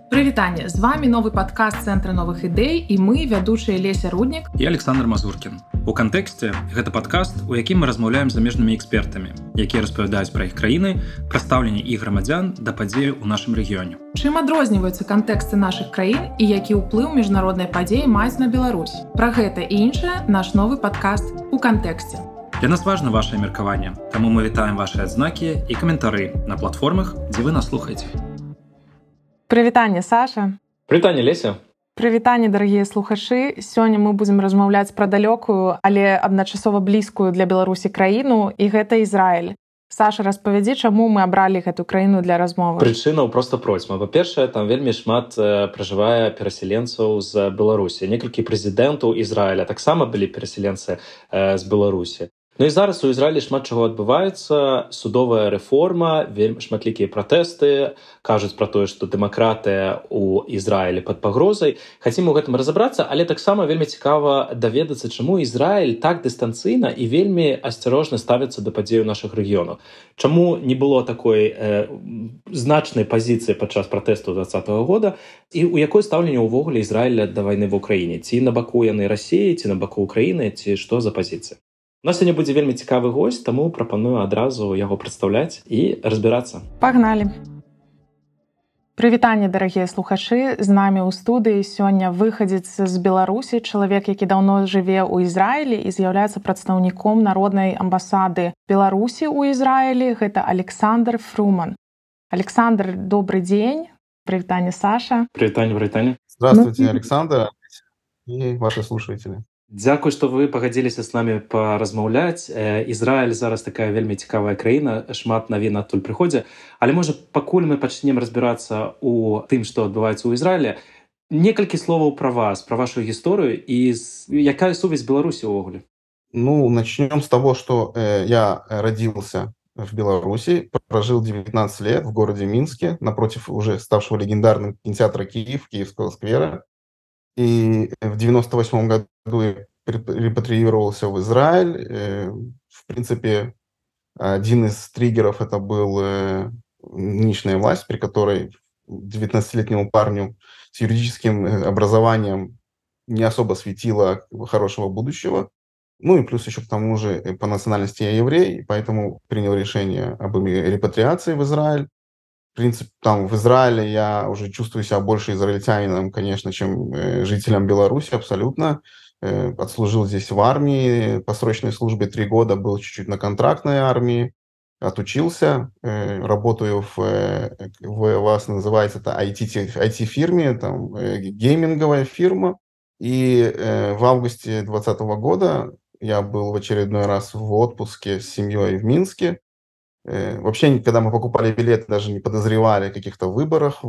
Прывітанне, з вами новы падкаст цэнтра новых ідэй і мы, вядучыя Леся Руднік і Александр Мазуркін. У кантэксце гэта падкаст, у якім мы размаўляем з замежнымі экспертамі, якія распавядаюць пра іх краіны, пра стаўленне іх грамадзян да падзеяў у нашым рэгіёне. Чым адрозніваюцца кантэксты нашых краін і які ўплыў міжнародныя падзеі маюць на Беларусь. Пра гэта і іншае наш новы падкаст у кантэксце. Для нас важна вашае меркаванне, таму мы вітаем вашы адзнакі і каментары на платформах, дзе вы нас слухаеце. Прывітанне, Саша. Прывітанне, Леся. Прывітанне, дарагія слухачы. Сёння мы будзем размаўляць пра далёкую, але адначасова блізкую для Беларусі краіну, і гэта Ізраіль. Саша, распавядзі, чаму мы абралі гэту краіну для размовы? Прычынаў проста процьма. Па-першае, там вельмі шмат пражывае перасяленцаў з Беларусі. Некалькі прэзідэнтаў Ізраіля таксама былі перасяленцы з Беларусі. Ну і зараз у Ізраілі шмат чаго адбываецца, судовая рэформа, вельмі шматлікія пратэсты, кажуць пра тое, што дэмакратыя ў Ізраілі пад пагрозай. Хацім у гэтым разабрацца, але таксама вельмі цікава даведацца, чаму Ізраіль так дыстанцыйна і вельмі асцярожна ставіцца да падзеяў нашых рэгіёнаў. Чаму не было такой значнай пазіцыі падчас пратэсту 2020 года і у якой стаўленне ўвогуле Ізраіля да вайны ў Украіне? Ці на баку яны Расіі, ці на баку Украіны, ці што за пазіцыя? У нас сёння будзе вельмі цікавы госць, таму прапаную адразу яго прадстаўляць і разбірацца. Пагналі! Прывітанне, дарагія слухачы! З намі ў студыі сёння выхадзец з Беларусі, чалавек, які даўно жыве ў Ізраілі і з'яўляецца прадстаўніком народнай амбасады Беларусі ў Ізраілі. Гэта Александр Фруман. Александр, добрый дзень! Прывітанне, Саша! Прывітанне! Здравствуйте, Александр и ваши слушатели. Дзякуй, што вы пагадзіліся з намі паразмаўляць. Ізраіль зараз такая вельмі цікавая краіна, шмат навін адтуль прыходзе. Але, можа, пакуль мы пачнем разбірацца ў тым, што адбываецца ў Ізраілі, некалькі словаў пра вас, пра вашу гісторыю і якая сувязь Беларусі ўвогуле? Ну, начнем с того, что я родился в Беларуси, прожил 19 лет в городе Минске, напротив уже ставшего легендарным кинотеатра «Киев», Киевского сквера. И в 98 году я репатриировался в Израиль. В принципе, один из триггеров это был нынешняя власть, при которой 19-летнему парню с юридическим образованием не особо светило хорошего будущего. Ну и плюс еще к тому же по национальности я еврей, поэтому принял решение об репатриации в Израиль. В принципе, там в Израиле я уже чувствую себя больше израильтянином, конечно, чем жителем Беларуси, абсолютно. Отслужил здесь в армии, по срочной службе 3 года, был чуть-чуть на контрактной армии, отучился, работаю в вас называется это IT-фирме, там гейминговая фирма. И в августе 2020 года я был в очередной раз в отпуске с семьей в Минске. Вообще, когда мы покупали билеты, даже не подозревали о каких-то выборах.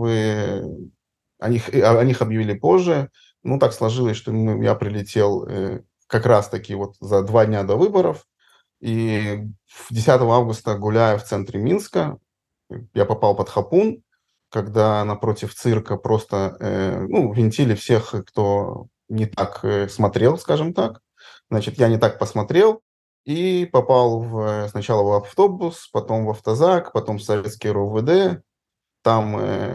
О них объявили позже. Ну, так сложилось, что я прилетел как раз-таки вот за 2 дня до выборов. И 10 августа, гуляя в центре Минска, я попал под хапун, когда напротив цирка просто винтили всех, кто не так смотрел, скажем так. Значит, я не так посмотрел. И попал сначала в автобус, потом в автозак, потом в советский РОВД. Там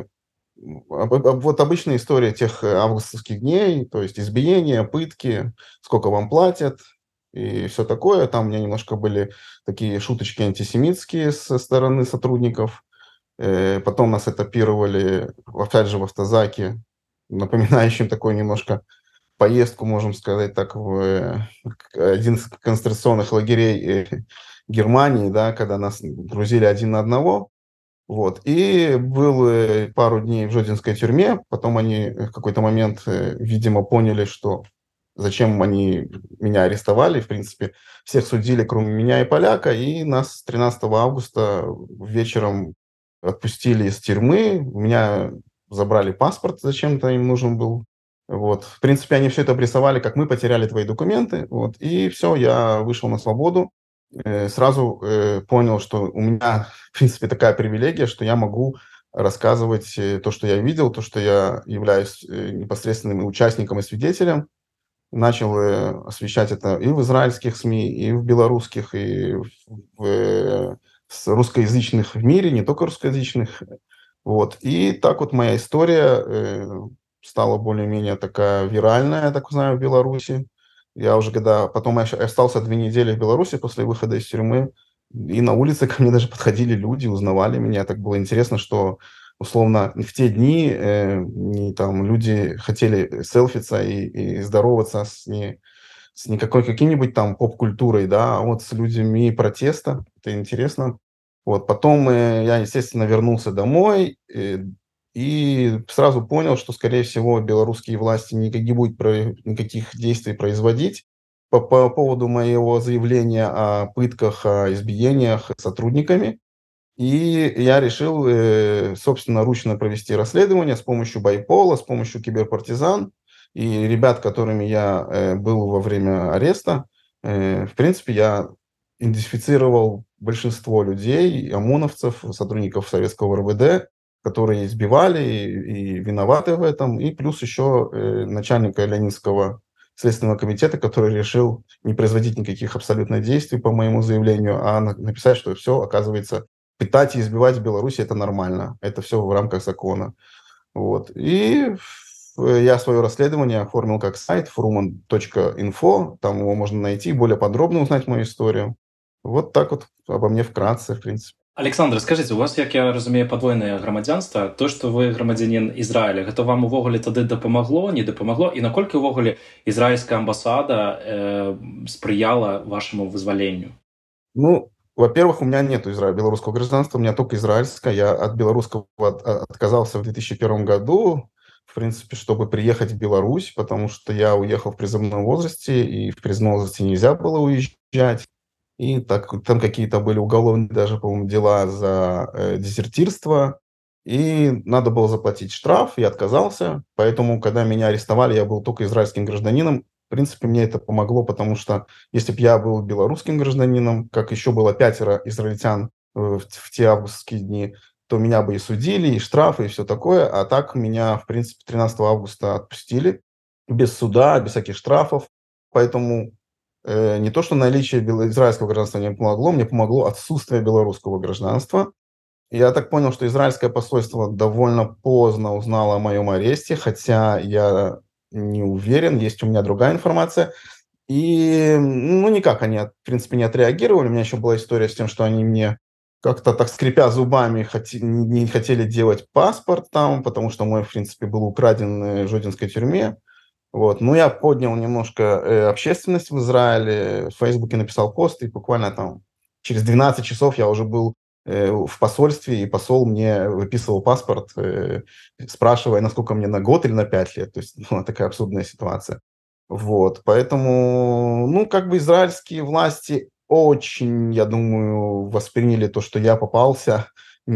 вот обычная история тех августовских дней, то есть избиения, пытки, сколько вам платят и все такое. Там у меня немножко были такие шуточки антисемитские со стороны сотрудников. Потом нас этапировали, опять же, в автозаке, напоминающим такой немножко поездку, можем сказать так, в один из концентрационных лагерей Германии, да, когда нас грузили один на одного. Вот. И был пару дней в Жодинской тюрьме. Потом они в какой-то момент, видимо, поняли, что зачем они меня арестовали. В принципе, всех судили, кроме меня и поляка. И нас 13 августа вечером отпустили из тюрьмы. У меня забрали паспорт, зачем-то им нужен был. Вот. В принципе, они все это обрисовали, как мы потеряли твои документы. Вот. И все, я вышел на свободу. Сразу понял, что у меня, в принципе, такая привилегия, что я могу рассказывать то, что я видел, то, что я являюсь непосредственным участником и свидетелем. Начал освещать это и в израильских СМИ, и в белорусских, и в русскоязычных в мире, не только русскоязычных. Вот. И так вот моя история стала более-менее такая виральная, я так знаю, в Беларуси. Я уже когда... Потом я остался 2 недели в Беларуси после выхода из тюрьмы, и на улице ко мне даже подходили люди, узнавали меня. Так было интересно, что условно в те дни там люди хотели селфиться и здороваться с никакой каким-нибудь там поп-культурой, да, а вот с людьми протеста. Это интересно. Вот, потом я, естественно, вернулся домой и сразу понял, что, скорее всего, белорусские власти не будут никаких действий производить по поводу моего заявления о пытках, о избиениях сотрудниками. И я решил, собственноручно провести расследование с помощью Байпола, с помощью киберпартизан и ребят, которыми я был во время ареста. В принципе, я идентифицировал большинство людей, ОМОНовцев, сотрудников советского РВД, которые избивали и виноваты в этом, и плюс еще начальника Ленинского Следственного комитета, который решил не производить никаких абсолютно действий по моему заявлению, а написать, что все, оказывается, пытать и избивать в Беларуси это нормально. Это все в рамках закона. Вот. И я свое расследование оформил как сайт fruman.info. Там его можно найти, более подробно узнать мою историю. Вот так вот обо мне вкратце, в принципе. Александр, скажите, у вас, як я разумею, подвойнае грамадзянства, то, што вы грамадзянін Ізраіля, гэта вам увогуле тады дапамагло, не дапамагло, і наколькі увогуле ізраільская амбасада спрыяла вашаму вызваленню? Ну, во-первых, у меня нет белорусского гражданства, у меня только израильское. Я от белорусского отказался в 2001 году, в принципе, чтобы приехать в Беларусь, потому что я уехал в призывном возрасте, и в призывном возрасте нельзя было уезжать. И там какие-то были уголовные даже, по-моему, дела за дезертирство, и надо было заплатить штраф, я отказался. Поэтому, когда меня арестовали, я был только израильским гражданином. В принципе, мне это помогло, потому что если бы я был белорусским гражданином, как еще было 5 израильтян в те августовские дни, то меня бы и судили, и штрафы, и все такое. А так меня, в принципе, 13 августа отпустили без суда, без всяких штрафов. Поэтому не то, что наличие израильского гражданства не помогло, мне помогло отсутствие белорусского гражданства. Я так понял, что израильское посольство довольно поздно узнало о моем аресте, хотя я не уверен, есть у меня другая информация. И, ну, никак они, в принципе, не отреагировали. У меня еще была история с тем, что они мне как-то так скрипя зубами не хотели делать паспорт там, потому что мой, в принципе, был украден в Жодинской тюрьме. Вот. Ну, я поднял немножко общественность в Израиле, в Фейсбуке написал пост, и буквально там через 12 часов я уже был в посольстве, и посол мне выписывал паспорт, спрашивая, насколько мне на год или на 5 лет. То есть была такая абсурдная ситуация. Вот. Поэтому, ну, как бы израильские власти очень, я думаю, восприняли то, что я попался,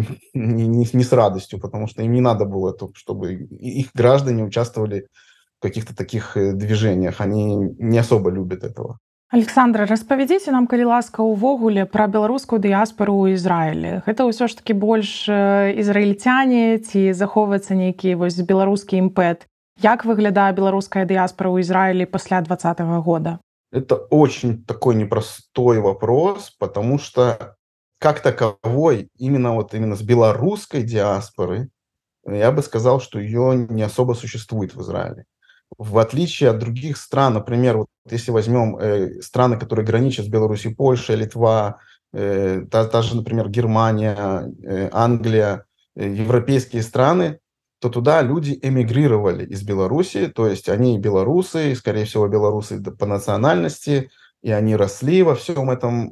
не с радостью, потому что им не надо было, чтобы их граждане участвовали в каких-то таких движениях. Они не особо любят этого. Александра, распавядзіце нам, калі ласка, увогуле пра беларускую дыяспару ў Ізраілі. Гэта ўсё ж такі больш ізраільцяне ці захоўваецца нейкі вось беларускі імпэт? Як выглядае беларуская дыяспара ў Израиле пасля 2020 года? Это очень такой непростой вопрос, потому что как таковой, именно с белорусской диаспоры, я бы сказал, что ее не особо существует в Израиле. В отличие от других стран, например, вот если возьмем страны, которые граничат с Беларусью, Польша, Литва, та же, например, Германия, Англия, европейские страны, то туда люди эмигрировали из Беларуси, то есть они белорусы, скорее всего, белорусы по национальности, и они росли во всем этом,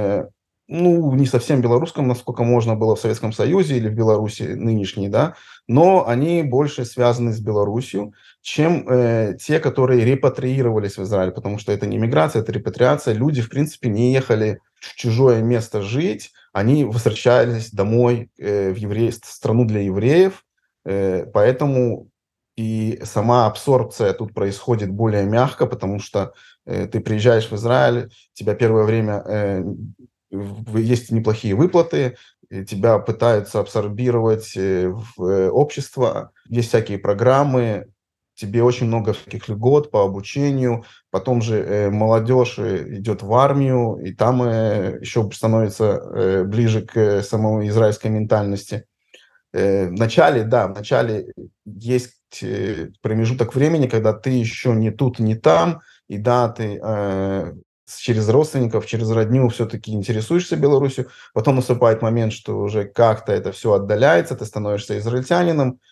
ну, не совсем белорусском, насколько можно было в Советском Союзе или в Беларуси нынешней, да, но они больше связаны с Беларусью, чем те, которые репатриировались в Израиль, потому что это не миграция, это репатриация. Люди, в принципе, не ехали в чужое место жить, они возвращались домой в страну для евреев, поэтому и сама абсорбция тут происходит более мягко, потому что ты приезжаешь в Израиль, тебя первое время есть неплохие выплаты, тебя пытаются абсорбировать в общество, есть всякие программы, тебе очень много всяких льгот по обучению, потом же молодежь идет в армию, и там еще становится ближе к самой израильской ментальности. в начале есть промежуток времени, когда ты еще не тут, не там, и да, ты через родственников, через родню все-таки интересуешься Беларусью, потом наступает момент, что уже как-то это все отдаляется, ты становишься израильтянином,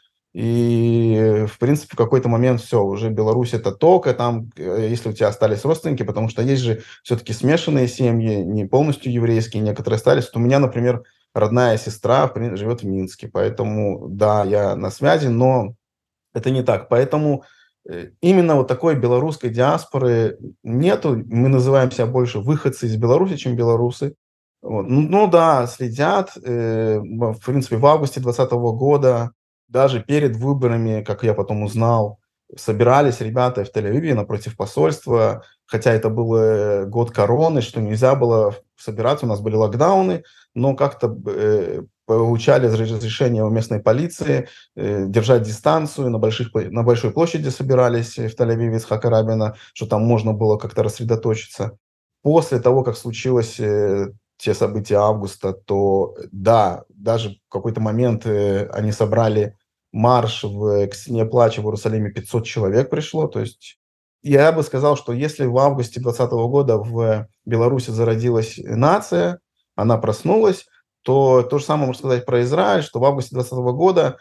и, в принципе, в какой-то момент все, уже Беларусь это только там, если у тебя остались родственники, потому что есть же все-таки смешанные семьи, не полностью еврейские, некоторые остались. Вот у меня, например, родная сестра живет в Минске, поэтому, да, я на связи, но это не так. Поэтому именно вот такой белорусской диаспоры нету. Мы называем себя больше выходцы из Беларуси, чем белорусы. Вот. Ну да, следят. В принципе, в августе 2020 года, даже перед выборами, как я потом узнал, собирались ребята в Тель-Авиве напротив посольства, хотя это был год короны, что нельзя было собираться, у нас были локдауны, но как-то получали разрешение у местной полиции держать дистанцию, на большой площади собирались в Тель-Авиве с Хакарабина, что там можно было как-то рассредоточиться. После того, как случилось те события августа, то да, даже в какой-то момент они собрали марш к Стене Плача в Иерусалиме, 500 человек пришло, то есть я бы сказал, что если в августе 2020 года в Беларуси зародилась нация, она проснулась, то же самое можно сказать про Израиль, что в августе 2020 года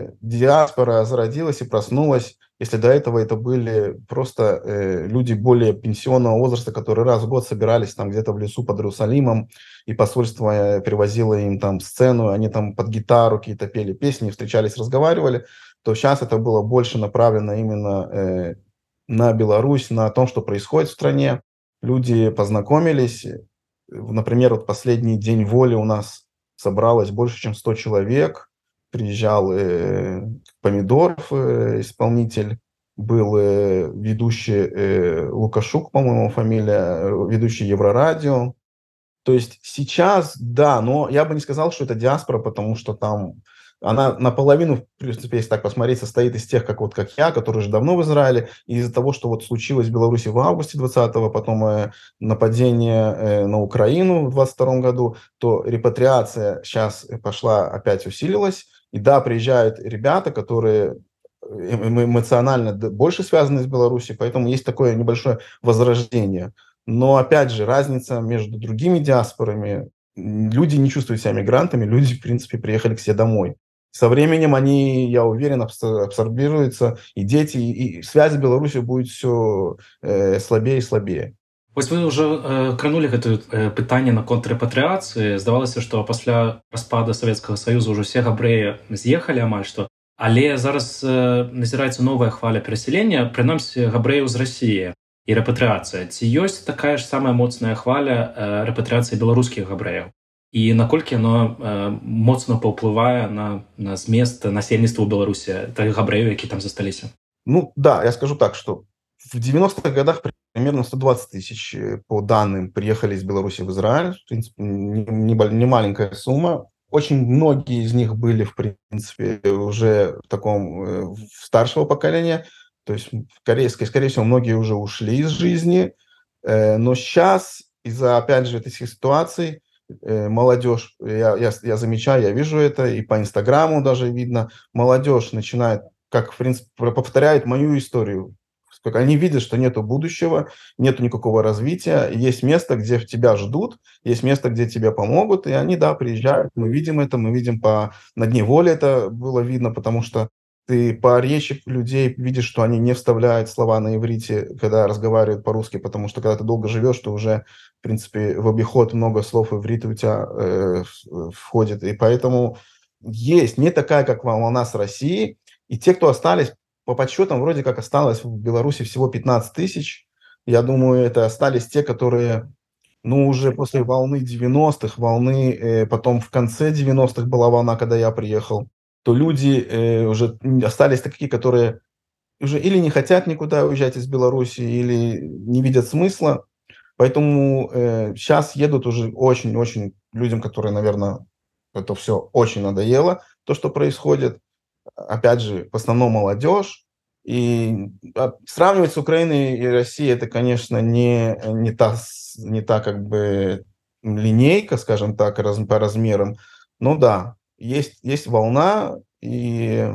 диаспора зародилась и проснулась, если до этого это были просто люди более пенсионного возраста, которые раз в год собирались там где-то в лесу под Иерусалимом, и посольство привозило им там сцену, они там под гитару какие-то пели песни, встречались, разговаривали, то сейчас это было больше направлено именно на Беларусь, на том, что происходит в стране. Люди познакомились. Например, вот последний день воли у нас собралось больше, чем 100 человек. Приезжал Помидоров, исполнитель, был ведущий Лукашук, по-моему, фамилия, ведущий Еврорадио. То есть сейчас, да, но я бы не сказал, что это диаспора, потому что там она наполовину, в принципе, если так посмотреть, состоит из тех, как я, которые уже давно в Израиле, и из-за того, что вот случилось в Беларуси в августе 2020-го, потом нападение на Украину в 2022 году, то репатриация сейчас пошла, опять усилилась, и да, приезжают ребята, которые эмоционально больше связаны с Беларусью, поэтому есть такое небольшое возрождение. Но, опять же, разница между другими диаспорами, люди не чувствуют себя мигрантами, люди, в принципе, приехали к себе домой. Со временем они, я уверен, абсорбируются, и дети, и связь с Беларусью будет все слабее и слабее. Вось вы ўжо кранулі гэтае пытанне наконт рэпатрыяцыі. Здавалася, што пасля распада Савецкага Саюза ўжо ўсе габрэі з'ехалі амаль што. Але зараз назіраецца новая хваля перасялення, прынамсі габрэяў з Расіі і рэпатрыяцыя. Ці ёсць такая ж самая моцная хваля рэпатрыяцыі беларускіх габрэяў? І наколькі яно моцна паўплывае на змест насельніцтва ў Беларусі, тых габрэяў, які там засталіся? Ну да, я скажу так, что в 90-х годах примерно 120 тысяч, по данным, приехали из Беларуси в Израиль. В принципе, не маленькая сумма. Очень многие из них были, в принципе, уже в таком старшего поколения. То есть, скорее всего, многие уже ушли из жизни. Но сейчас, из-за, опять же, этих ситуаций, молодежь, я замечаю, я вижу это, и по Инстаграму даже видно, молодежь начинает, как, в принципе, повторяет мою историю. Они видят, что нету будущего, нету никакого развития, есть место, где тебя ждут, есть место, где тебе помогут, и они, да, приезжают. Мы видим это, мы видим на Дне воли это было видно, потому что ты по речи людей видишь, что они не вставляют слова на иврите, когда разговаривают по-русски, потому что когда ты долго живешь, то уже, в принципе, в обиход много слов иврита у тебя входит, и поэтому есть не такая, как волна с России, и те, кто остались, по подсчетам, вроде как осталось в Беларуси всего 15 тысяч. Я думаю, это остались те, которые, уже после волны 90-х, потом в конце 90-х была волна, когда я приехал, то люди уже остались такие, которые уже или не хотят никуда уезжать из Беларуси, или не видят смысла. Поэтому сейчас едут уже очень-очень людям, которые, наверное, это все очень надоело, то, что происходит. Опять же, в основном молодежь. И сравнивать с Украиной и Россией это, конечно, не та как бы линейка, скажем так, по размерам. Но да, есть волна, и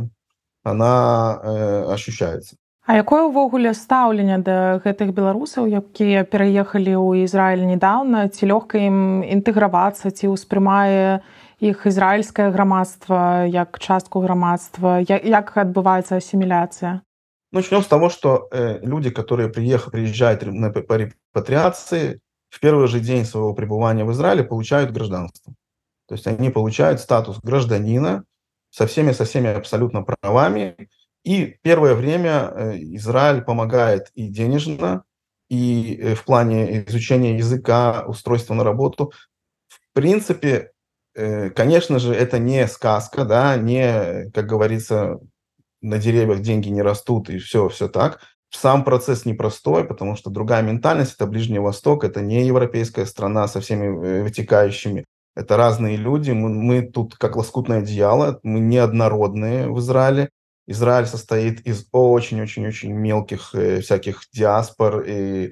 она ощущается. А якое ўвогуле стаўленне да гэтых беларусаў, якія пераехалі ў Ізраіль нядаўна, ці лёгка ім інтэгравацца, ці ўспрымае іх ізраільскае грамадства як частку грамадства? Як адбываецца асіміляцыя? Начнем с того, что люди, которые приезжают по репатриации, в первый же день своего пребывания в Израиле получают гражданство. То есть они получают статус гражданина со всеми абсолютно правами. И первое время Израиль помогает и денежно, и в плане изучения языка, устройства на работу. В принципе, конечно же, это не сказка, да, не, как говорится, на деревьях деньги не растут, и все так. Сам процесс непростой, потому что другая ментальность, это Ближний Восток, это не европейская страна со всеми вытекающими. Это разные люди, мы тут как лоскутное одеяло, мы неоднородные в Израиле. Израиль состоит из очень-очень-очень мелких всяких диаспор и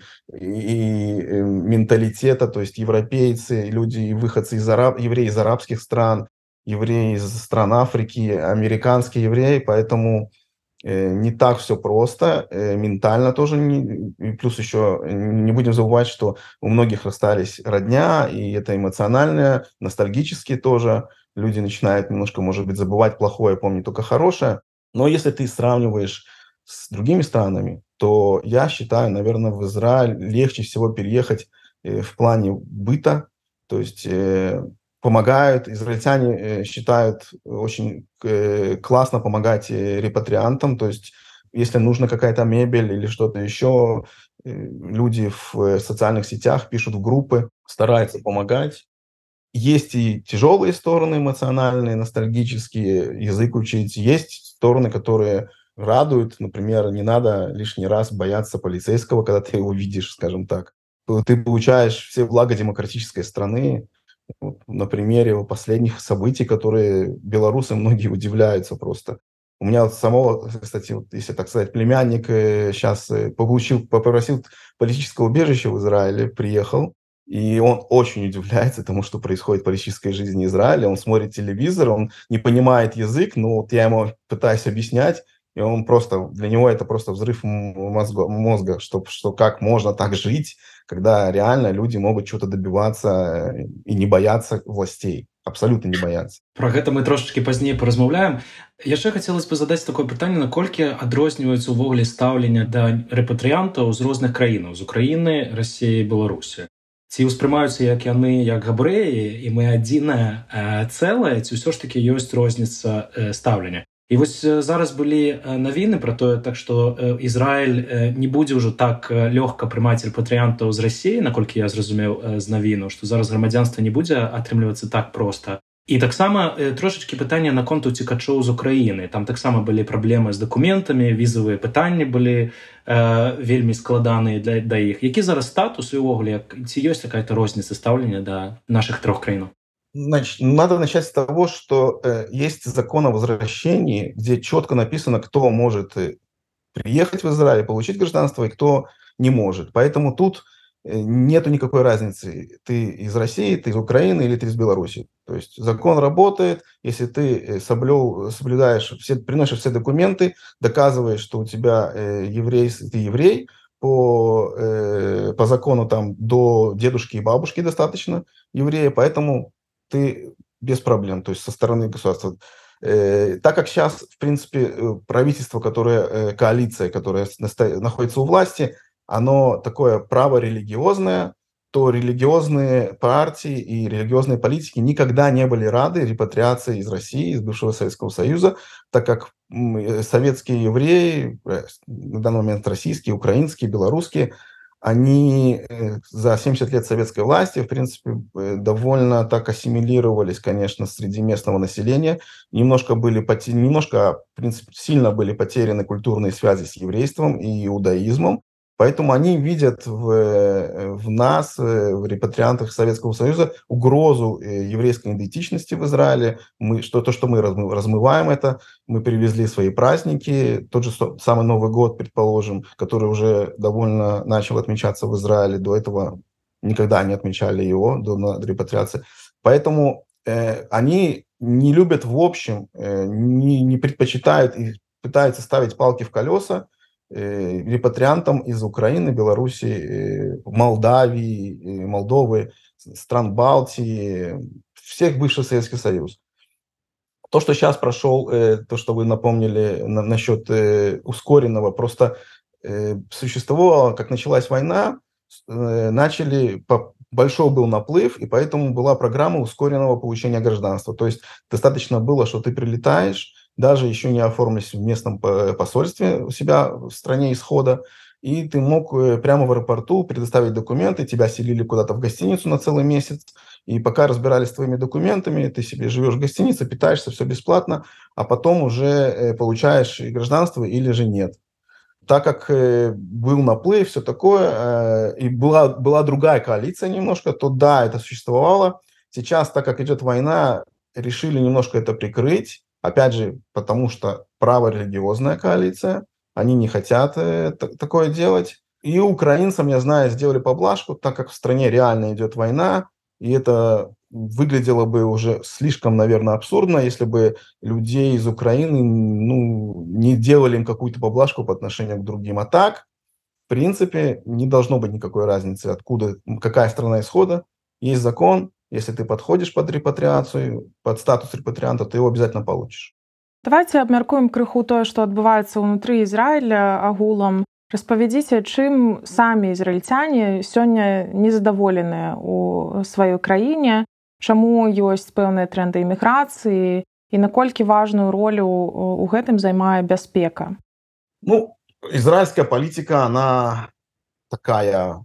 менталитета, то есть европейцы, люди, выходцы евреи из арабских стран, евреи из стран Африки, американские евреи, поэтому не так все просто, ментально тоже, и плюс еще не будем забывать, что у многих расстались родня, и это эмоционально, ностальгически тоже, люди начинают немножко, может быть, забывать плохое, помнить только хорошее, но если ты сравниваешь с другими странами, то я считаю, наверное, в Израиль легче всего переехать в плане быта, то есть помогают, израильтяне считают очень классно помогать репатриантам, то есть если нужна какая-то мебель или что-то еще, люди в социальных сетях пишут в группы, стараются помогать. Есть и тяжелые стороны эмоциональные, ностальгические, язык учить, есть стороны, которые радуют, например, не надо лишний раз бояться полицейского, когда ты его видишь, скажем так. Ты получаешь все блага демократической страны. Вот, на примере последних событий, которые белорусы многие удивляются просто. У меня самого, кстати, вот, если так сказать, племянник сейчас попросил политическое убежище в Израиле, приехал, и он очень удивляется тому, что происходит в политической жизни Израиля. Он смотрит телевизор, он не понимает язык, но вот я ему пытаюсь объяснять, и он просто, для него это просто взрыв мозга, что как можно так жить, когда реально люди могут чего-то добиваться и не бояться властей. Абсолютно не бояться. Про гэта мы трошачкі пазней паразмаўляем. Яшчэ хацелось бы задаць такое пытанне, наколькі адрозніваецца ўвогуле стаўленне да рэпатрыянтаў з розных краінаў, з Украіны, Расіі, Беларусі. Ці ўспрымаюцца як яны як габрэі, і мы адзінае цэлае, ці ўсё ж такі ёсць розніца стаўлення. І вось зараз былі навіны пра тое, так што Ізраіль не будзе ўжо так лёгка прымаць рэпатрыянтаў з Расіі, наколькі я зразумеў з навіну, што зараз грамадзянства не будзе атрымлівацца так проста. І таксама трошачкі пытання наконт уцекачоў з Украіны. Там таксама былі праблемы з дакументамі, візавыя пытанні былі вельмі складаныя да іх. Які зараз статус і ўвогуле, ці ёсць какая-то розніца стаўлення да нашых трох краінаў? Значит, надо начать с того, что есть закон о возвращении, где четко написано, кто может приехать в Израиль, получить гражданство, и кто не может. Поэтому тут нету никакой разницы, ты из России, ты из Украины или ты из Беларуси. То есть закон работает, если ты соблюдаешь, приносишь все документы, доказываешь, что у тебя ты еврей, по закону там до дедушки и бабушки достаточно еврея, поэтому ты без проблем, то есть со стороны государства. Так как сейчас, в принципе, правительство, коалиция, которая находится у власти, оно такое праворелигиозное, то религиозные партии и религиозные политики никогда не были рады репатриации из России, из бывшего Советского Союза, так как советские евреи, на данный момент российские, украинские, белорусские, они за 70 лет советской власти, в принципе, довольно так ассимилировались, конечно, среди местного населения. Немножко, в принципе, сильно были потеряны культурные связи с еврейством и иудаизмом. Поэтому они видят в нас, в репатриантах Советского Союза, угрозу еврейской идентичности в Израиле. То, что мы размываем это, мы привезли свои праздники, тот же самый Новый год, предположим, который уже довольно начал отмечаться в Израиле, до этого никогда не отмечали его, до репатриации. Поэтому они не любят в общем, не предпочитают и пытаются ставить палки в колеса репатриантам из Украины, Белоруссии, Молдавии, Молдовы, стран Балтии, всех бывших Советский Союз. То, что сейчас прошел, то, что вы напомнили насчет ускоренного, просто существовало, как началась война, большой был наплыв, и поэтому была программа ускоренного получения гражданства. То есть достаточно было, что ты прилетаешь, даже еще не оформлясь в местном посольстве у себя в стране исхода, и ты мог прямо в аэропорту предоставить документы, тебя селили куда-то в гостиницу на целый месяц, и пока разбирались с твоими документами, ты себе живешь в гостинице, питаешься, все бесплатно, а потом уже получаешь гражданство или же нет. Так как был наплыв, все такое, и была другая коалиция немножко, то да, это существовало. Сейчас, так как идет война, решили немножко это прикрыть. Опять же, потому что праворелигиозная коалиция, они не хотят такое делать. И украинцам, я знаю, сделали поблажку, так как в стране реально идет война, и это выглядело бы уже слишком, наверное, абсурдно, если бы людей из Украины не делали им какую-то поблажку по отношению к другим. А так, в принципе, не должно быть никакой разницы, откуда, какая страна исхода. Есть закон, если ты подходишь под репатриацию, под статус репатрианта, ты его обязательно получишь. Давайте абмяркуем крыху тое, што адбываецца ўнутры Ізраіля агулам. Распавядзіце, чым самі ізраільцяне сёння незадаволеныя ў сваёй краіне, чаму ёсць пэўныя трэнды эміграцыі і наколькі важную ролю ў гэтым займае бяспека? Израильская политика, она такая,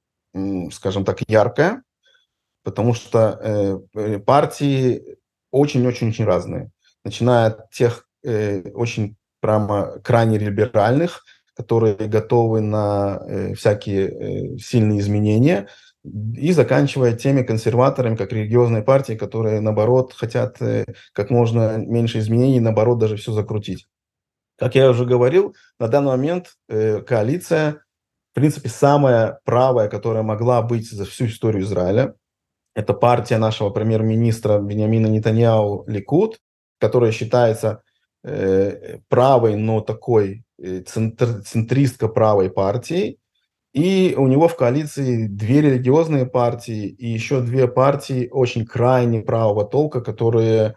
скажем так, яркая, потому что партии очень-очень-очень разные. Начиная от тех очень прямо крайне либеральных, которые готовы на всякие сильные изменения, и заканчивая теми консерваторами, как религиозные партии, которые, наоборот, хотят как можно меньше изменений, наоборот, даже все закрутить. Как я уже говорил, на данный момент коалиция, в принципе, самая правая, которая могла быть за всю историю Израиля. Это партия нашего премьер-министра Биньямина Нетаньяху Ликуд, которая считается правой, но такой центристско-правой партией. И у него в коалиции две религиозные партии и еще две партии очень крайне правого толка, которые,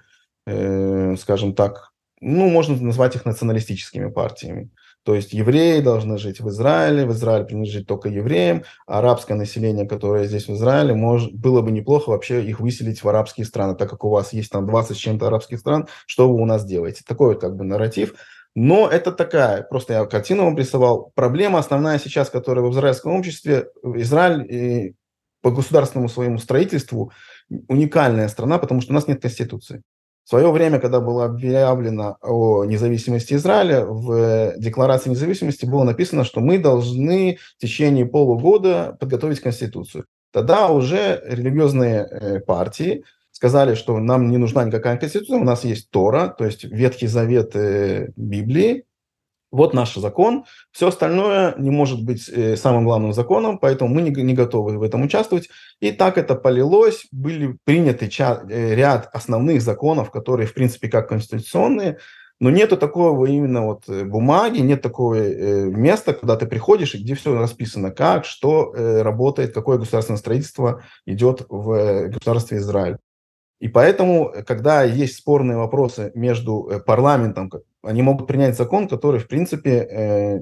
скажем так, можно назвать их националистическими партиями. То есть евреи должны жить в Израиле принадлежит только евреям, а арабское население, которое здесь в Израиле, было бы неплохо вообще их выселить в арабские страны, так как у вас есть там 20 с чем-то арабских стран, что вы у нас делаете? Такой вот как бы нарратив. Но это такая, просто я картину вам рисовал. Проблема основная сейчас, которая в израильском обществе, Израиль по государственному своему строительству уникальная страна, потому что у нас нет конституции. В свое время, когда было объявлено о независимости Израиля, в Декларации независимости было написано, что мы должны в течение полугода подготовить конституцию. Тогда уже религиозные партии сказали, что нам не нужна никакая конституция, у нас есть Тора, то есть Ветхий Завет Библии. Вот наш закон. Все остальное не может быть самым главным законом, поэтому мы не готовы в этом участвовать. И так это полилось. Были приняты ряд основных законов, которые, в принципе, как конституционные, но нету такого именно бумаги, нет такого места, куда ты приходишь и где все расписано, как, что работает, какое государственное строительство идет в государстве Израиль. И поэтому, когда есть спорные вопросы между парламентом, они могут принять закон, который, в принципе,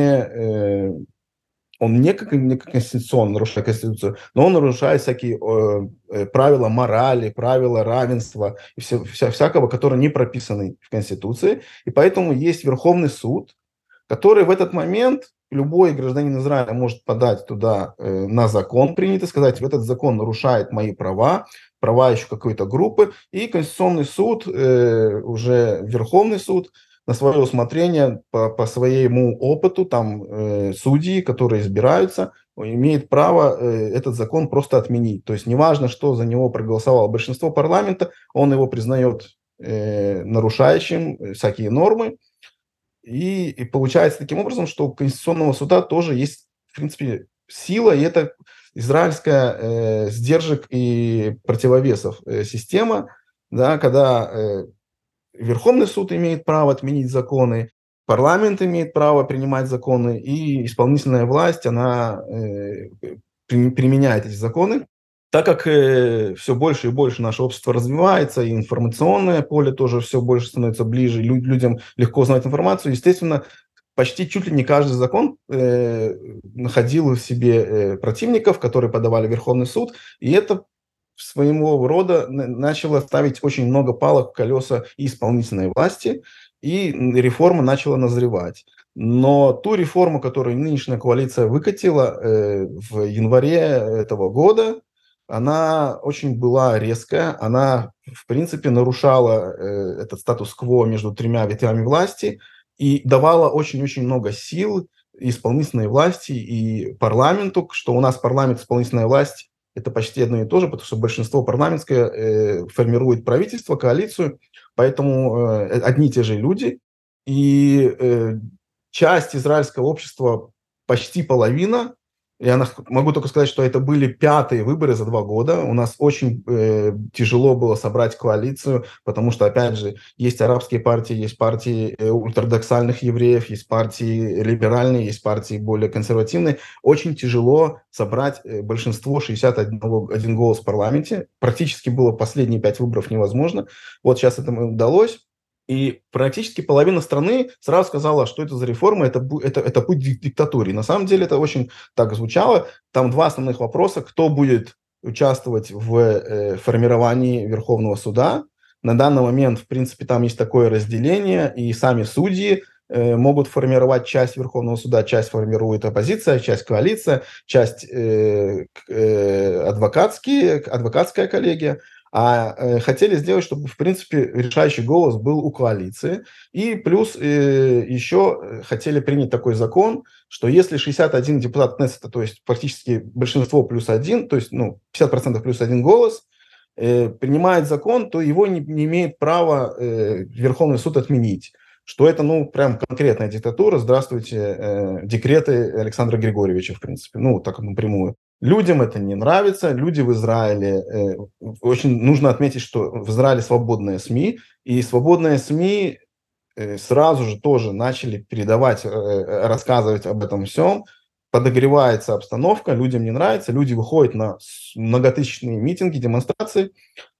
он не конституционно нарушает Конституцию, но он нарушает всякие правила морали, правила равенства и всякого, которые не прописаны в Конституции. И поэтому есть Верховный суд, который в этот момент любой гражданин Израиля может подать туда на закон принятый, сказать, этот закон нарушает мои права еще какой-то группы, и Конституционный суд, уже Верховный суд, на свое усмотрение, по своему опыту, там судьи, которые избираются, имеет право этот закон просто отменить. То есть неважно, что за него проголосовало большинство парламента, он его признает нарушающим всякие нормы. И получается таким образом, что у Конституционного суда тоже есть, в принципе, сила, и это израильская сдержек и противовесов система, да, когда Верховный суд имеет право отменить законы, парламент имеет право принимать законы, и исполнительная власть, она применяет эти законы. Так как все больше и больше наше общество развивается, и информационное поле тоже все больше становится ближе, людям легко узнавать информацию, естественно, почти чуть ли не каждый закон находил в себе противников, которые подавали в Верховный суд, и это своего рода начало ставить очень много палок в колеса и исполнительной власти, и реформа начала назревать. Но ту реформу, которую нынешняя коалиция выкатила в январе этого года, она очень была резкая, она, в принципе, нарушала этот статус-кво между тремя ветвями власти и давала очень-очень много сил исполнительной власти и парламенту, что у нас парламент, исполнительная власть – это почти одно и то же, потому что большинство парламентское формирует правительство, коалицию, поэтому одни и те же люди. И часть израильского общества, почти половина, я могу только сказать, что это были 5-е выборы за 2 года. У нас очень тяжело было собрать коалицию, потому что, опять же, есть арабские партии, есть партии ультрадоксальных евреев, есть партии либеральные, есть партии более консервативные. Очень тяжело собрать большинство, 61 голос в парламенте. Практически было последние 5 выборов невозможно. Вот сейчас это удалось. И практически половина страны сразу сказала, что это за реформа, это путь к диктатуре. На самом деле это очень так звучало. Там 2 основных вопроса. Кто будет участвовать в формировании Верховного суда? На данный момент, в принципе, там есть такое разделение, и сами судьи могут формировать часть Верховного суда, часть формирует оппозиция, часть коалиция, часть адвокатская коллегия. А хотели сделать, чтобы, в принципе, решающий голос был у коалиции. И плюс еще хотели принять такой закон, что если 61 депутат Кнессета, то есть практически большинство плюс 1, то есть 50% плюс 1 голос, принимает закон, то его не имеет права Верховный суд отменить. Что это, прям конкретная диктатура. Здравствуйте, декреты Александра Григорьевича, в принципе. Так напрямую. Людям это не нравится. Люди в Израиле... Очень нужно отметить, что в Израиле свободные СМИ. И свободные СМИ сразу же тоже начали передавать, рассказывать об этом всем. Подогревается обстановка, людям не нравится. Люди выходят на многотысячные митинги, демонстрации.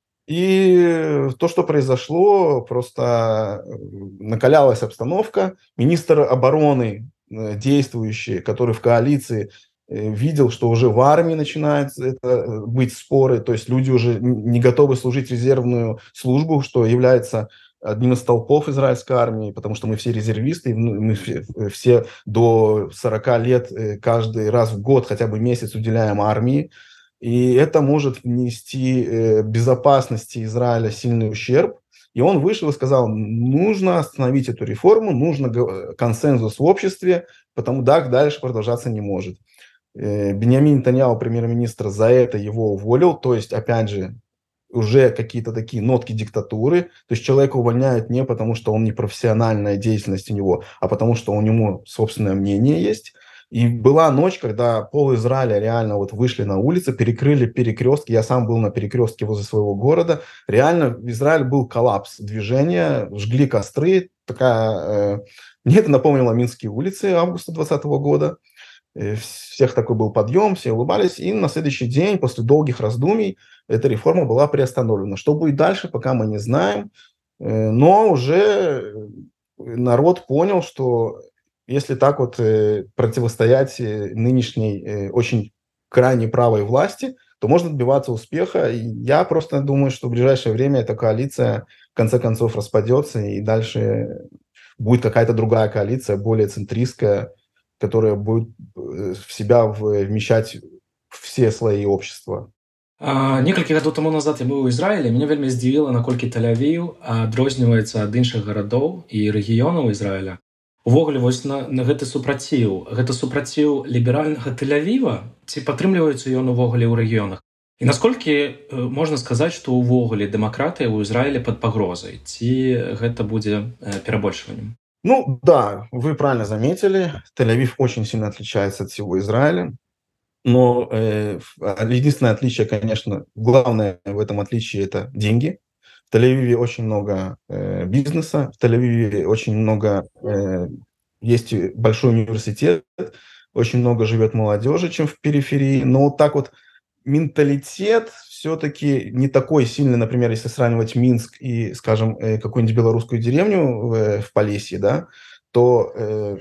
И то, что произошло, просто накалялась обстановка. Министр обороны действующий, который в коалиции, видел, что уже в армии начинают быть споры, то есть люди уже не готовы служить резервную службу, что является одним из столпов израильской армии, потому что мы все резервисты, мы все до 40 лет каждый раз в год хотя бы месяц уделяем армии. И это может внести безопасности Израиля сильный ущерб. И он вышел и сказал, нужно остановить эту реформу, нужно консенсус в обществе, потому так дальше продолжаться не может. Биньямин Нетаньяху, премьер-министр, за это его уволил. То есть, опять же, уже какие-то такие нотки диктатуры. То есть человека увольняют не потому, что он не профессиональная деятельность у него, а потому, что у него собственное мнение есть. И была ночь, когда пол Израиля реально вышли на улицы, перекрыли перекрестки. Я сам был на перекрестке возле своего города. Реально в Израиле был коллапс движения, жгли костры. Мне это напомнило Минские улицы августа 2020 года. Всех такой был подъем, все улыбались. И на следующий день, после долгих раздумий, эта реформа была приостановлена. Что будет дальше, пока мы не знаем. Но уже народ понял, что если так противостоять нынешней очень крайне правой власти, то можно добиваться успеха. И я просто думаю, что в ближайшее время эта коалиция в конце концов распадется, и дальше будет какая-то другая коалиция, более центристская, которая будет в себя вмещать все слои общества. Некалькі гадоў таму назад я быў у Ізраілі. Мяне вельмі здзівіла, наколькі Тель-Авів адрозніваецца ад іншых гарадоў і рэгіёнаў Ізраіля. Увогуле, на гэты супраціў ліберальнага Тель-Авіва, ці падтрымліваецца ён увогуле ў рэгіёнах? І насколькі можна сказаць, што ўвогуле дэмакратыя ў Ізраілі пад пагрозай? Ці гэта будзе перабольшваннем? Да, вы правильно заметили. Тель-Авив очень сильно отличается от всего Израиля. Но единственное отличие, конечно, главное в этом отличии – это деньги. В Тель-Авиве очень много бизнеса, в Тель-Авиве очень много, есть большой университет, очень много живет молодежи, чем в периферии. Но вот так вот менталитет все-таки не такой сильный, например, если сравнивать Минск и, скажем, какую-нибудь белорусскую деревню в Полесье, да, то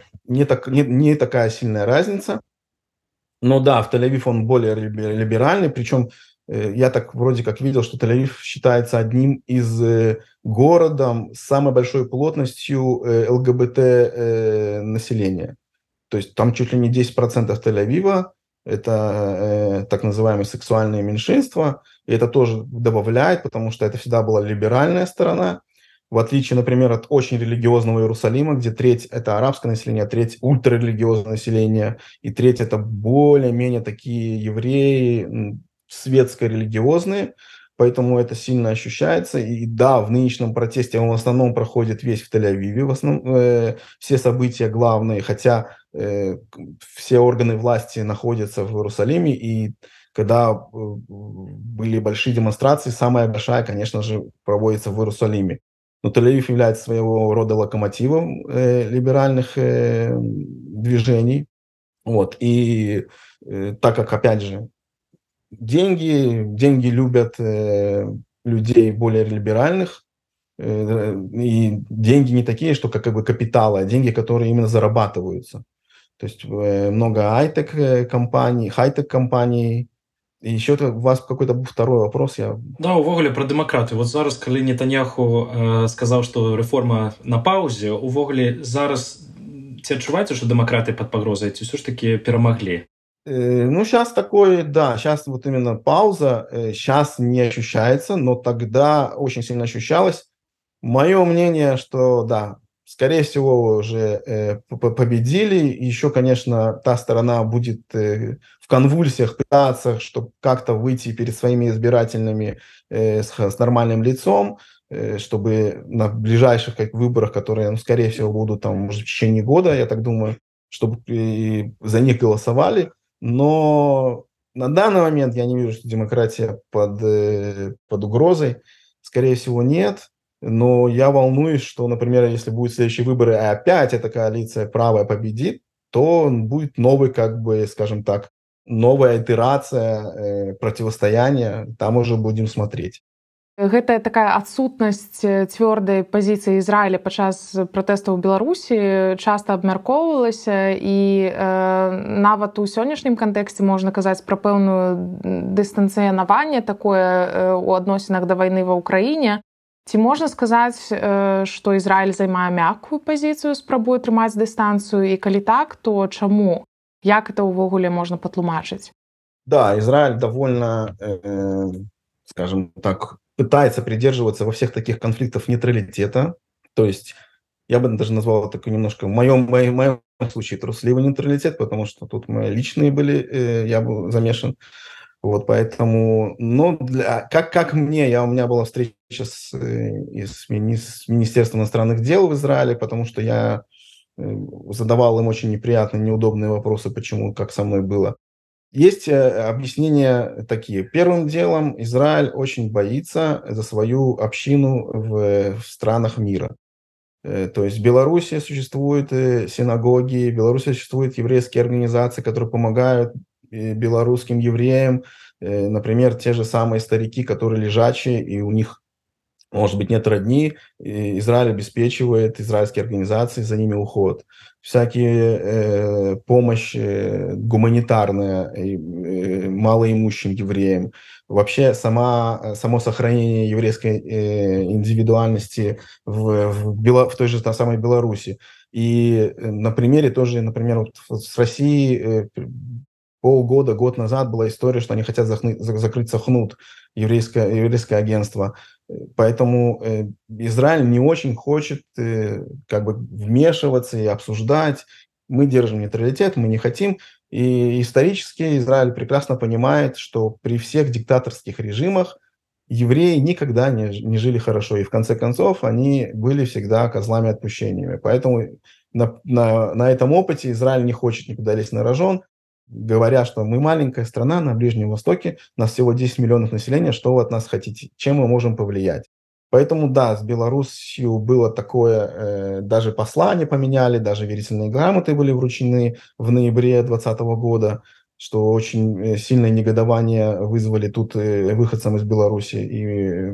не такая сильная разница. Но да, в Тель-Авив он более либеральный, причем я так вроде как видел, что Тель-Авив считается одним из городом с самой большой плотностью ЛГБТ населения. То есть там чуть ли не 10% Тель-Авива – это так называемые сексуальные меньшинства, и это тоже добавляет, потому что это всегда была либеральная сторона, в отличие, например, от очень религиозного Иерусалима, где треть – это арабское население, треть – ультрарелигиозное население, и треть – это более-менее такие евреи, светско-религиозные, поэтому это сильно ощущается. И да, в нынешнем протесте он в основном проходит весь в Тель-Авиве, в основном, все события главные, хотя все органы власти находятся в Иерусалиме, и когда были большие демонстрации, самая большая, конечно же, проводится в Иерусалиме. Но Тель-Авив является своего рода локомотивом либеральных движений. Вот. И так как, опять же, деньги любят людей более либеральных, и деньги не такие, что как бы капиталы, а деньги, которые именно зарабатываются. То есть много хай-тек компаний. І еще у вас какой-то був второй вопрос. Да, увогуле про дэмакратыю. Вот зараз, калі Нетаньяху сказаў, што рэформа на паўзе, увогуле зараз ці адчуваеце, што дэмакратыя пад пагрозай, ці ўсё ж такі перамаглі? Ну, сейчас такое, да, сейчас вот именно пауза, сейчас не ощущается, но тогда очень сильно ощущалось. Мое мнение, что да, скорее всего, уже победили. Еще, конечно, та сторона будет в конвульсиях пытаться, чтобы как-то выйти перед своими избирательными с нормальным лицом, чтобы на ближайших выборах, которые, скорее всего, будут там, может, в течение года, я так думаю, чтобы за них голосовали. Но на данный момент я не вижу, что демократия под угрозой. Скорее всего, нет. Но я волнуюсь, что, например, если будут следующие выборы, и опять эта коалиция правая победит, то будет новый, как бы, скажем так, новая итерация противостояния. Там уже будем смотреть. Гэта такая адсутнасць цвёрдай пазіцыі Ізраіля падчас пратэстаў у Беларусі часта абмяркоўвалася, і нават у сённяшнім кантэксце можна казаць пра пэўную дыстанцыянаванне такое у адносінах да вайны ва ўкраіне. Ці можна сказаць, што Ізраіль займае мяккую пазіцыю, спрабуе трымаць дыстанцыю, і калі так, то чаму? Як это ўвогуле можна патлумачыць? Да, Израиль довольно, скажем так, пытается придерживаться во всех таких конфликтах нейтралитета. То есть я бы даже назвал это немножко, в моем случае, трусливый нейтралитет, потому что тут мои личные были, я был замешан. Вот, поэтому, ну, как мне, у меня была встреча с Министерством иностранных дел в Израиле, потому что я задавал им очень неприятные, неудобные вопросы, почему, как со мной было. Есть объяснения такие. Первым делом, Израиль очень боится за свою общину в странах мира. То есть в Беларуси существуют синагоги, в Беларуси существуют еврейские организации, которые помогают белорусским евреям. Например, те же самые старики, которые лежачие, и у них, может быть, нет родни, Израиль обеспечивает, израильские организации, за ними уход. Всякие помощь гуманитарная малоимущим евреям. Вообще само сохранение еврейской индивидуальности в той же самой Беларуси. И на примере тоже, например, вот с Россией год назад была история, что они хотят закрыть Сахнут, еврейское агентство. Поэтому Израиль не очень хочет как бы вмешиваться и обсуждать. Мы держим нейтралитет, мы не хотим. И исторически Израиль прекрасно понимает, что при всех диктаторских режимах евреи никогда не жили хорошо. И в конце концов они были всегда козлами отпущениями. Поэтому на этом опыте Израиль не хочет никуда лезть на рожон. говоря, что мы маленькая страна на Ближнем Востоке, у нас всего 10 миллионов населения, что вы от нас хотите, чем мы можем повлиять. Поэтому, да, с Беларусью было такое, даже послание поменяли, даже верительные грамоты были вручены в ноябре 2020 года, что очень сильное негодование вызвали тут выходцам из Беларуси. И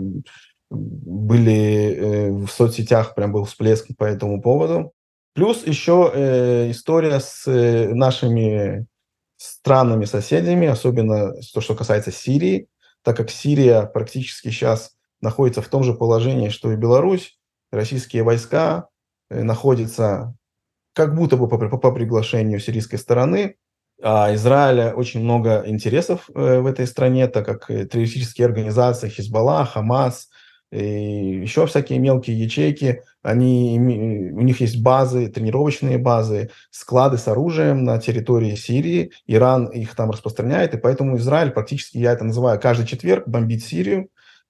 были в соцсетях, прям был всплеск по этому поводу. Плюс еще история с нашими странами-соседями, особенно то, что касается Сирии, так как Сирия практически сейчас находится в том же положении, что и Беларусь. Российские войска находятся как будто бы по приглашению сирийской стороны. А Израиля очень много интересов в этой стране, так как террористические организации Хизбалла, Хамас и еще всякие мелкие ячейки, у них есть базы, тренировочные базы, склады с оружием на территории Сирии. Иран их там распространяет, и поэтому Израиль практически, я это называю, каждый четверг бомбит Сирию,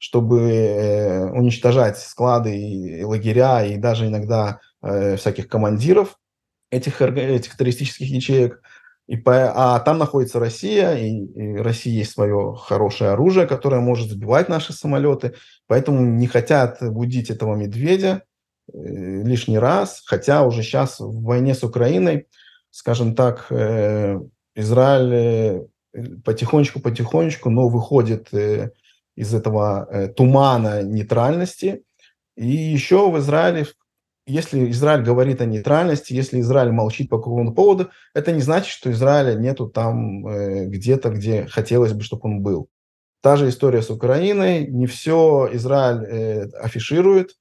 чтобы уничтожать склады и лагеря, и даже иногда всяких командиров этих террористических ячеек. А там находится Россия, и России есть свое хорошее оружие, которое может сбивать наши самолеты, поэтому не хотят будить этого медведя лишний раз, хотя уже сейчас в войне с Украиной, скажем так, Израиль потихонечку, но выходит из этого тумана нейтральности. И еще в Израиле, если Израиль говорит о нейтральности, если Израиль молчит по какому-то поводу, это не значит, что Израиля нету там где-то, где хотелось бы, чтобы он был. Та же история с Украиной. Не все Израиль афиширует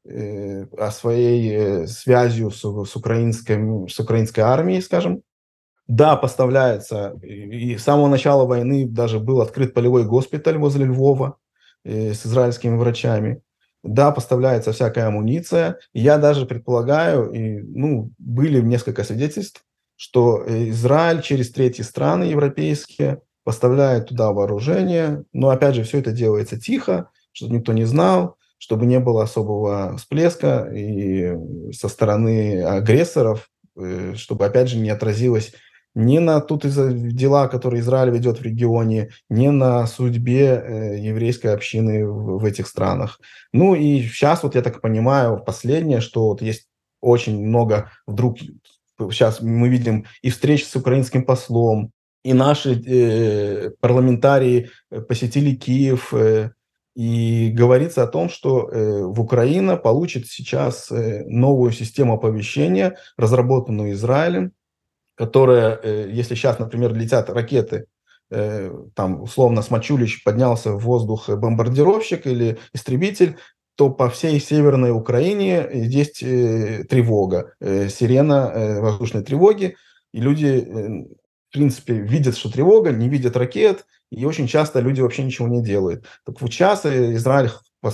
о своей связью с украинской армией, скажем. Да, поставляется. И с самого начала войны даже был открыт полевой госпиталь возле Львова с израильскими врачами. Да, поставляется всякая амуниция. Я даже предполагаю, были несколько свидетельств, что Израиль через третьи страны европейские поставляет туда вооружение. Но опять же, все это делается тихо, чтобы никто не знал, чтобы не было особого всплеска и со стороны агрессоров, чтобы опять же не отразилось ни на дела, которые Израиль ведет в регионе, ни на судьбе еврейской общины в этих странах. Ну и сейчас, вот я так понимаю, последнее, что вот есть очень много вдруг, сейчас мы видим и встречи с украинским послом, и наши парламентарии посетили Киев, и говорится о том, что в Украина получит сейчас новую систему оповещения, разработанную Израилем, которая, если сейчас, например, летят ракеты, там, условно, с Мачулич поднялся в воздух бомбардировщик или истребитель, то по всей Северной Украине есть тревога, сирена воздушной тревоги, и люди, в принципе, видят, что тревога, не видят ракет, и очень часто люди вообще ничего не делают. Так вот сейчас Израиль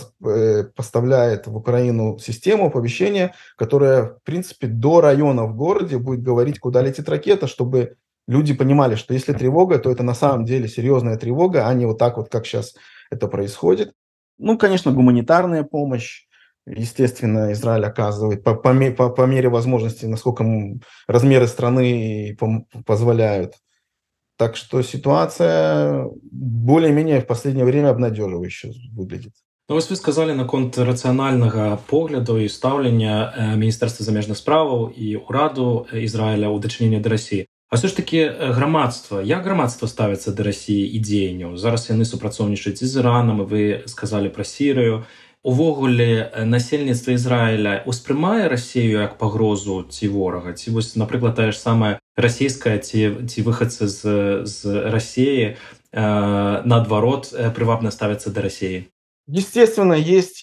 поставляет в Украину систему оповещения, которая, в принципе, до района в городе будет говорить, куда летит ракета, чтобы люди понимали, что если тревога, то это на самом деле серьезная тревога, а не вот так вот, как сейчас это происходит. Ну, конечно, гуманитарная помощь, естественно, Израиль оказывает по мере возможности, насколько размеры страны позволяют. Так что ситуация более-менее в последнее время обнадеживающе выглядит. Ну, ось ви сказали наконт рацыянальнага погляду і стаўлення Міністэрства замежных справаў і ўраду Ізраіля ў дачыненні да Расіі. А ўсё ж такі грамадства, як грамадства ставіцца да Расіі і дзеянняў? Зараз яны супрацоўнічаюць з Іранам, вы сказалі пра Сірыю. Увогуле насельніцтва Ізраіля успрымае Расію як пагрозу ці ворага? Ці вось, напрыклад, тая ж самая расійская ці выхадцы з Расіі наадварот прывабна ставяцца да Расіі? Естественно, есть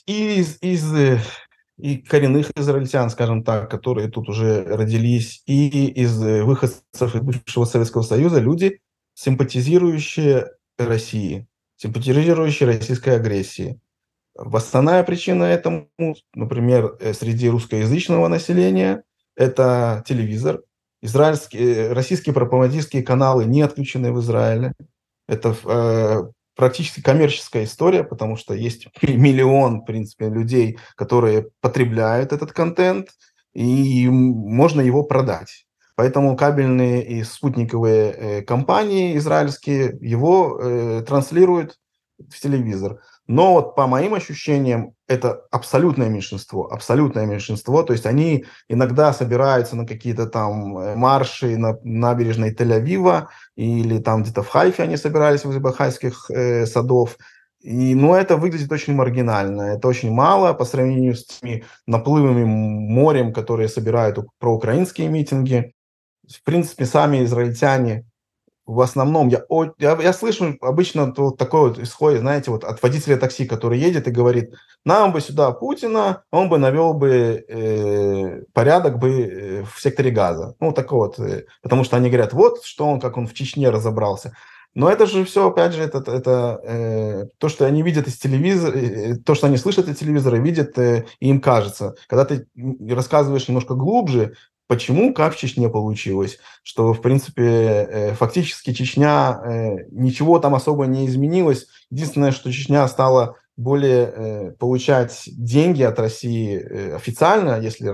и коренных израильтян, скажем так, которые тут уже родились, и из выходцев из бывшего Советского Союза люди, симпатизирующие России, симпатизирующие российской агрессии. Основная причина этому, например, среди русскоязычного населения, это телевизор. Российские пропагандистские каналы не отключены в Израиле. Это практически коммерческая история, потому что есть миллион, в принципе, людей, которые потребляют этот контент, и можно его продать. Поэтому кабельные и спутниковые компании израильские его транслируют в телевизор. Но вот по моим ощущениям, это абсолютное меньшинство. То есть они иногда собираются на какие-то там марши на набережной Тель-Авива, или там где-то в Хайфе они собирались возле Бахайских садов. Но это выглядит очень маргинально. Это очень мало по сравнению с теми наплывами морем, которые собирают проукраинские митинги. В принципе, сами израильтяне в основном, я слышу обычно вот такой вот исход, знаете, вот от водителя такси, который едет и говорит, нам бы сюда Путина, он бы навел бы порядок бы в секторе Газа. Ну, такой вот, потому что они говорят, вот, что он, как он в Чечне разобрался. Но это же все, опять же, это то, что они видят из телевизора, то, что они слышат из телевизора, видят, и им кажется. Когда ты рассказываешь немножко глубже, почему, как в Чечне получилось, что, в принципе, фактически Чечня, ничего там особо не изменилось. Единственное, что Чечня стала более получать деньги от России официально, если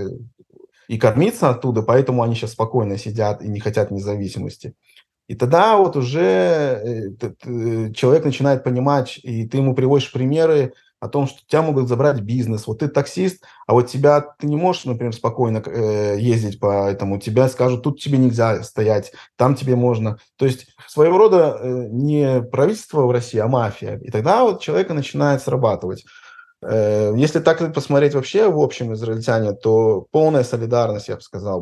и кормиться оттуда, поэтому они сейчас спокойно сидят и не хотят независимости. И тогда вот уже человек начинает понимать, и ты ему приводишь примеры о том, что тебя могут забрать бизнес. Вот ты таксист, а вот ты не можешь, например, спокойно ездить по этому. Тебя скажут, тут тебе нельзя стоять, там тебе можно. То есть своего рода не правительство в России, а мафия. И тогда вот человека начинает срабатывать. Если так посмотреть вообще в общем израильтяне, то полная солидарность, я бы сказал,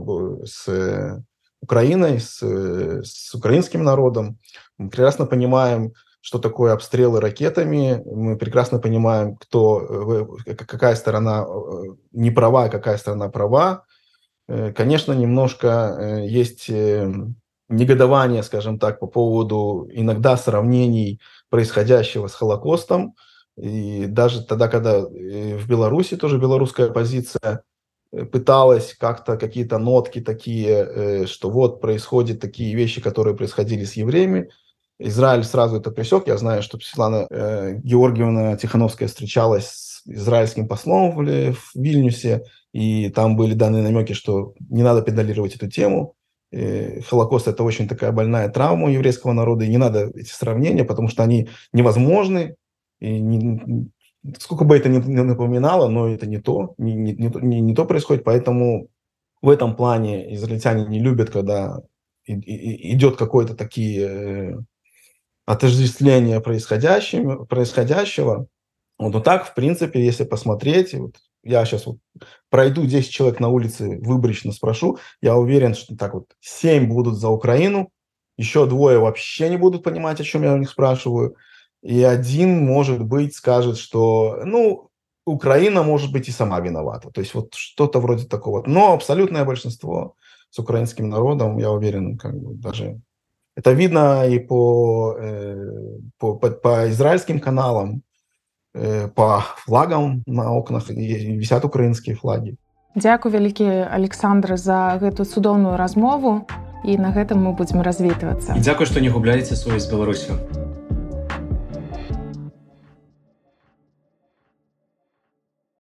с Украиной, с украинским народом. Мы прекрасно понимаем, что такое обстрелы ракетами. Мы прекрасно понимаем, какая сторона не права, а какая сторона права. Конечно, немножко есть негодование, скажем так, по поводу иногда сравнений происходящего с Холокостом. И даже тогда, когда в Беларуси тоже белорусская оппозиция пыталась как-то какие-то нотки такие, что вот происходят такие вещи, которые происходили с евреями. Израиль сразу это пресек. Я знаю, что Светлана Георгиевна Тихановская встречалась с израильским послом в Вильнюсе, и там были данные намеки, что не надо педалировать эту тему. Холокост – это очень такая больная травма еврейского народа, и не надо эти сравнения, потому что они невозможны. И сколько бы это ни напоминало, но это не то происходит, поэтому в этом плане израильтяне не любят, когда идет какое-то такие отождествление происходящего. Вот, но так, в принципе, если посмотреть, вот я сейчас вот пройду 10 человек на улице, выборочно спрошу, я уверен, что так вот 7 будут за Украину, еще 2 вообще не будут понимать, о чем я у них спрашиваю, и 1, может быть, скажет, что, Украина, может быть, и сама виновата. То есть вот что-то вроде такого. Но абсолютное большинство с украинским народом, я уверен, как бы даже... Это видно и по израильским каналам, по флагам на окнах висят украинские флаги. Дзякуй вялікі, Александр, за гэту цудоўную размову, і на гэтым мы будзем развітвацца. І дзякуй, што не губляеце сувязь з Беларусю.